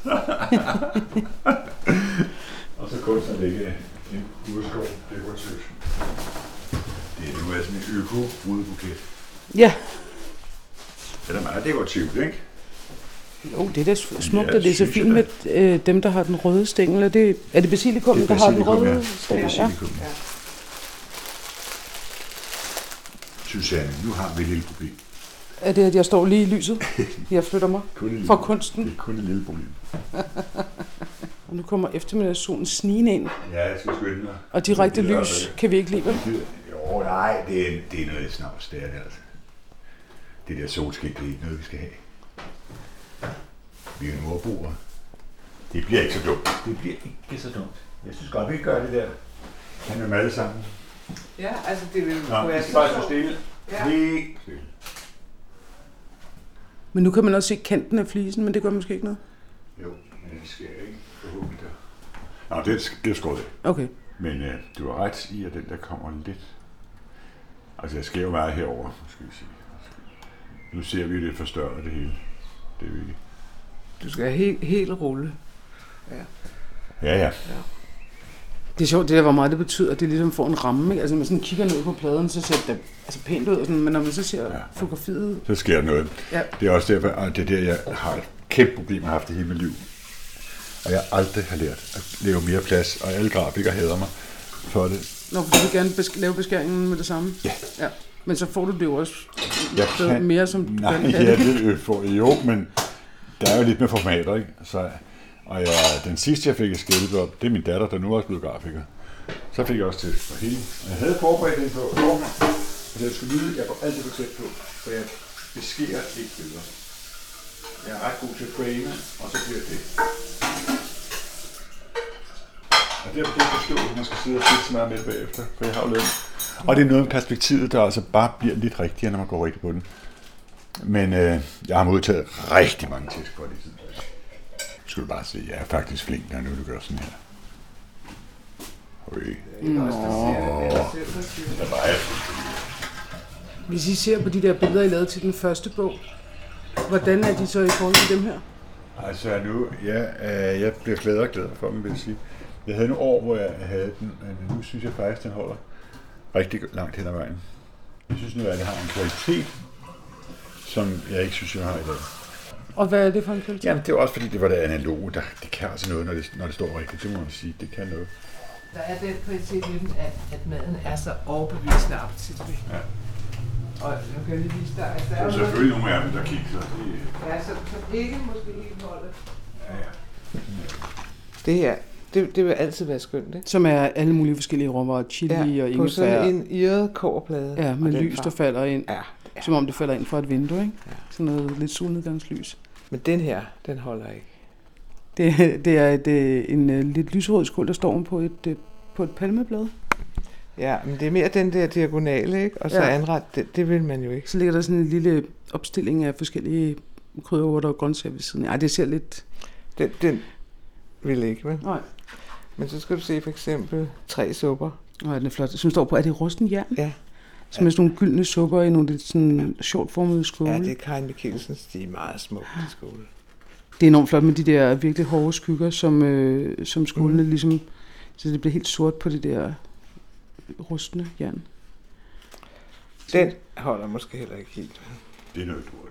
Og så kunsten at lægge en urskov dekorativt. Det er nu altså en øko-brudebuket. Ja. Det er da meget dekorativt, ikke? Jo, det er da smukt, og det er så fint med dem, der har den røde stængel. Er det basilikum, der har den røde stængel? Ja. Susanne, nu har vi et lille problem. Er det, at jeg står lige i lyset? Jeg flytter mig fra kunsten. Det er kun et lille problem. Og nu kommer eftermiddagssolen snigende ind. Ja, jeg skal skynde mig. Og direkte lys kan vi ikke lide, vel? Jo, nej, det er noget snavs, det er det altså. Det der solskin, det er ikke noget, vi skal have. Vi er jo nordboere. Det bliver ikke så dumt. Det bliver ikke så dumt. Jeg synes godt, vi kan gøre det der. Han er med alle sammen. Ja, altså det vil være... Nå, vi skal bare stå stille. Ja. Helt stille. Men nu kan man også se kanten af flisen, men det gør måske ikke noget. Jo, men det sker ikke forhåbentlig der. Nå, det er skåret. Okay. Men du har ret i, at den der kommer lidt... Altså, jeg sker jo meget herover, skal vi sige. Nu ser vi det forstørret det hele. Det er vi ikke. Du skal have helt rulle. Ja. Det er sjovt, det der, hvor meget det betyder, at det ligesom får en ramme. Ikke? Altså, når man sådan kigger ned på pladen, så ser det altså pænt ud, og sådan, men når man så ser fotografiet... Så sker noget. Ja. Det er også derfor, at det er der, jeg har et kæmpe problem, jeg har haft det hele mit liv. Og jeg aldrig har lært at lave mere plads, og alle grafikere hader mig for det. Nå, for du vil gerne lave beskæringen med det samme? Ja. Men så får du det jo også mere som... Nej, det får jeg jo, men der er jo lidt med formater, ikke? Så, og den sidste, jeg fik et skældeblop, det er min datter, der nu er også blevet grafiker. Så fik jeg også til for hende. Jeg havde forberedt den på, og jeg skulle vide, at jeg går altid på tæt på, for jeg beskærer ikke billeder. Jeg er ret god til at frame, og så bliver det. Og det er det forstå, at man skal sidde og sætte så meget med bagefter, for jeg har jo lavet. Og det er noget med perspektivet, der altså bare bliver lidt rigtigere, når man går rigtig på den. Men jeg har modtaget rigtig mange tæsk for det i tiden. Skal du bare se, jeg er faktisk flink, når du gør sådan her. Hvis I ser på de der billeder, I lavede til den første bog, hvordan er de så i forhold til dem her? Altså nu, jeg bliver gladere og gladere for dem, vil jeg sige. Jeg havde nogle år, hvor jeg havde den, men nu synes jeg faktisk, den holder rigtig langt hen ad vejen. Jeg synes nu, at det har en kvalitet, som jeg ikke synes, jeg har i dag. Og hvad er det for en kvalitet? Jamen, det er også fordi, det var det analoge. Det kan altså noget, når det står rigtigt. Det må man sige. Det kan noget. Der er den kvalitet i den, at maden er så overbevisende appetitlig. Ja. Og nu kan jeg lige vise dig, at der er selvfølgelig nogle af dem, der kigger. Ja, så ikke måske helt holde. Ja. Det her, det vil altid være skønt, ikke? Som er alle mulige forskellige råvarer, chili og ingefær. På sådan en irret kobberplade. Ja, med lys, der falder ind. Ja. Som om det falder ind fra et vindue, ikke? Ja. Sådan noget lidt solnedgangslys. Men den her, den holder ikke. Det er en lidt lyserød skål, der står på et palmeblad. Ja, men det er mere den der diagonale, ikke? Og så anret, det vil man jo ikke. Så ligger der sådan en lille opstilling af forskellige krydderurter og grøntsager ved siden. Ej, det ser lidt... Den vil ikke, vel? Nej. Men så skal du se for eksempel 3 supper. Nej, den er flot. Som står på, er det rusten jern? Ja. som er sådan nogle gyldne sukker i nogle lidt sådan shortformede skåle. Ja, det er Karin Mikkelsens, de er meget små, de skåle. Det er enormt flot med de der virkelig hårde skygger, som skålene ligesom, så det bliver helt sort på det der rustne jern. Den holder måske heller ikke helt. Det er noget lort.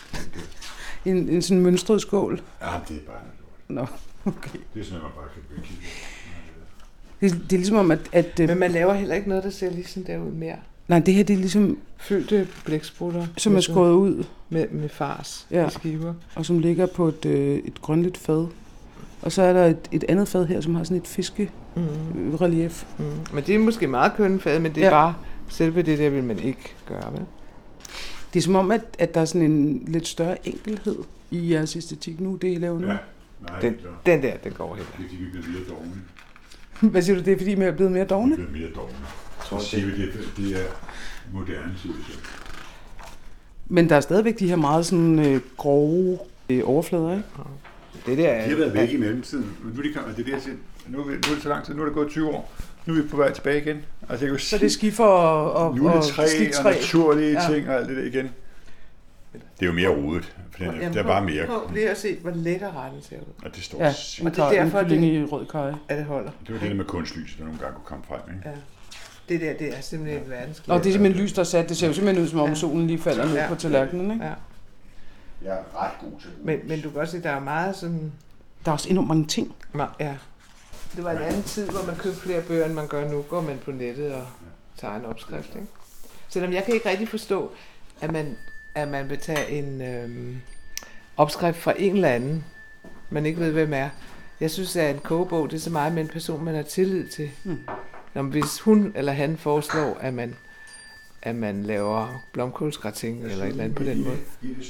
En sådan mønstret skål? Ja, det er bare noget lort. Nå, okay. Det er sådan, man bare kan blive kigget. Det er ligesom om, at men man laver heller ikke noget, der ser lige sådan der ud mere. Nej, det her det er ligesom fyldte blæksprutter. Som er skåret ud. Med fars i skiver. Og som ligger på et grønligt fad. Og så er der et andet fad her, som har sådan et fiskerelief. Men det er måske meget kønne fad, men det er bare selve det der vil man ikke gøre, vel? Det er som om, at der er sådan en lidt større enkelhed i jeres æstetik nu, det I laver nu. Ja, nej, den der, den går heller. Det er fordi, vi bliver mere dogne. Hvad siger du, det er fordi, vi er blevet mere dogne? Vi bliver mere dogne. Så siger vi, det er moderne situation. Men der er stadigvæk de her meget sådan grove overflader, ikke? Det der, de har været væk i mellemtiden. Men nu er det så lang tid. Nu er det gået 20 år. Nu er vi på vej tilbage igen. Altså, jeg kan så det er skifer og nu er det træ og naturlige ting og alt det der igen. Det er jo mere rodet, for det er bare mere. Prøv lige at se, hvor let retten ser ud. Og det står og det er derfor, det i rød karry. Ja, det holder. Det var det der med kunstlys, der nogle gange kunne komme frem, ikke? Ja. Det der, det er simpelthen et verdensklasse. Og det er simpelthen lys, der er sat. Det ser jo simpelthen ud, som om solen lige falder ned på tallerkenen, ikke? Ja. Jeg er ret god til det. Men du kan også se, der er meget sådan... Der er også enormt mange ting. Ja. Det var en anden tid, hvor man købte flere bøger, end man gør nu. Går man på nettet og tager en opskrift, ikke? Selvom jeg kan ikke rigtig forstå, at man vil tage en opskrift fra en eller anden, man ikke ved, hvem er. Jeg synes, at en kogebog, det er så meget med en person, man har tillid til. Hvis hun eller han foreslår, at man laver blomkålsgratin eller et eller andet på den måde,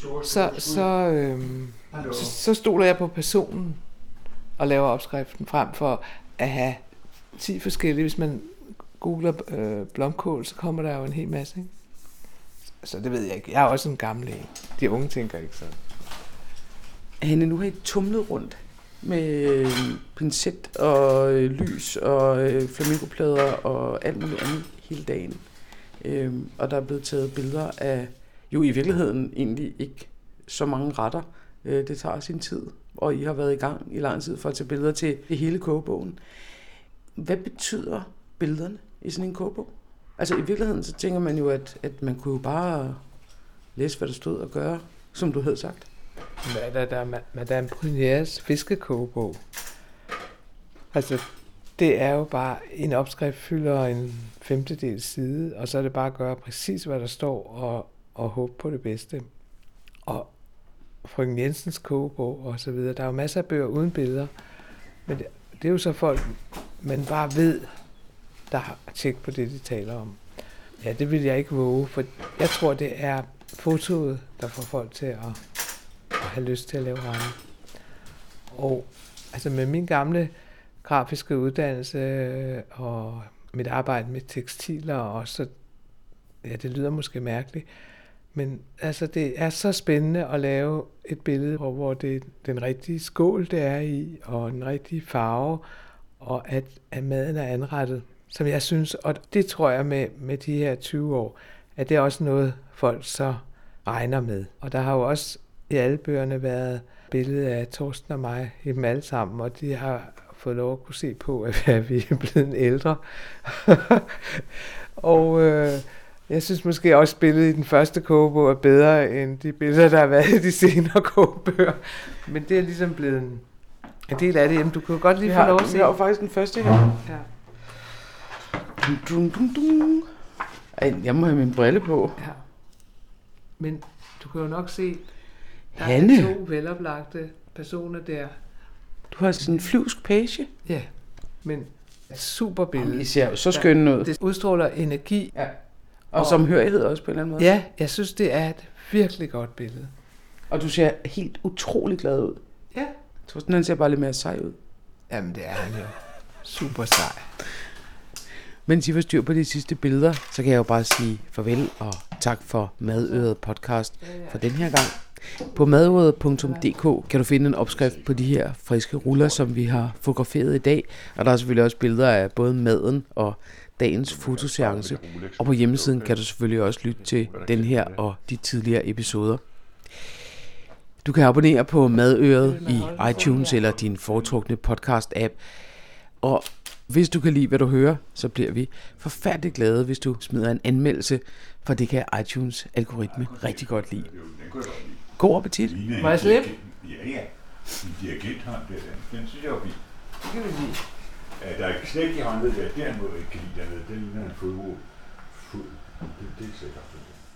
så stoler jeg på personen og laver opskriften frem for at have 10 forskellige. Hvis man googler blomkål, så kommer der jo en hel masse, ikke? Så det ved jeg ikke. Jeg er også en gammel en. De unge tænker ikke sådan. Hanne, nu har I tumlet rundt med pincet og lys og flamingoplader og alt muligt andet hele dagen. Og der er blevet taget billeder af, jo i virkeligheden egentlig ikke så mange retter. Det tager sin tid, og I har været i gang i lang tid for at tage billeder til hele kogebogen. Hvad betyder billederne i sådan en kogebog? Altså i virkeligheden så tænker man jo, at man kunne jo bare læse, hvad der stod og gøre, som du havde sagt. Madame Brunières fiskekogebog. Altså, det er jo bare en opskrift fylder en 1/5 side, og så er det bare at gøre præcis, hvad der står, og håbe på det bedste. Og frøken Jensens kogebog og så videre. Der er jo masser af bøger uden billeder, men det er jo så folk, man bare ved, der har tjekket på det, de taler om. Ja, det vil jeg ikke våge, for jeg tror, det er fotoet, der får folk til at have lyst til at lave ramme. Og altså med min gamle grafiske uddannelse og mit arbejde med tekstiler og så, ja, det lyder måske mærkeligt, men altså det er så spændende at lave et billede, hvor det er den rigtige skål, det er i, og den rigtige farve, og at maden er anrettet, som jeg synes, og det tror jeg med de her 20 år, at det er også noget, folk så regner med. Og der har jo også i alle bøgerne været billede af Torsten og mig i dem alle sammen, og de har fået lov at kunne se på, at vi er blevet ældre. Og jeg synes måske også, at billedet i den første kogebog er bedre end de billeder, der har været i de senere kogebøger. Men det er ligesom blevet en del af det. Jamen, du kunne godt lige få lov at se. Vi har jo faktisk den første her. Ja. Jeg må have min brille på. Ja. Men du kan jo nok se, der Hanne. er 2 veloplagte personer der. Du har sådan en flyvsk page. Ja, men super billede. Jamen, I ser jo så skønne ud. Det udstråler energi. Ja. Og samhørighed også på en eller anden måde. Ja, jeg synes, det er et virkelig godt billede. Og du ser helt utrolig glad ud. Ja. Torsten, han ser bare lidt mere sej ud. Jamen, det er han jo. Super sej. Mens I var styr på de sidste billeder, så kan jeg jo bare sige farvel og tak for Madøret podcast for den her gang. På madøret.dk kan du finde en opskrift på de her friske ruller, som vi har fotograferet i dag. Og der er selvfølgelig også billeder af både maden og dagens fotoseance, og på hjemmesiden kan du selvfølgelig også lytte til den her og de tidligere episoder. Du kan abonnere på Madøret i iTunes eller din foretrukne podcast-app, og hvis du kan lide, hvad du hører, så bliver vi forfærdeligt glade, hvis du smider en anmeldelse, for det kan iTunes algoritme rigtig godt lide. God appetit. Må jeg slippe? Ja. En dirigenthånd, den synes jeg er fint. Det kan vi lide. Der er slet ikke i håndled der, den må jeg ikke lide dernede. Den ligner en fodrulle. Det er sikkert.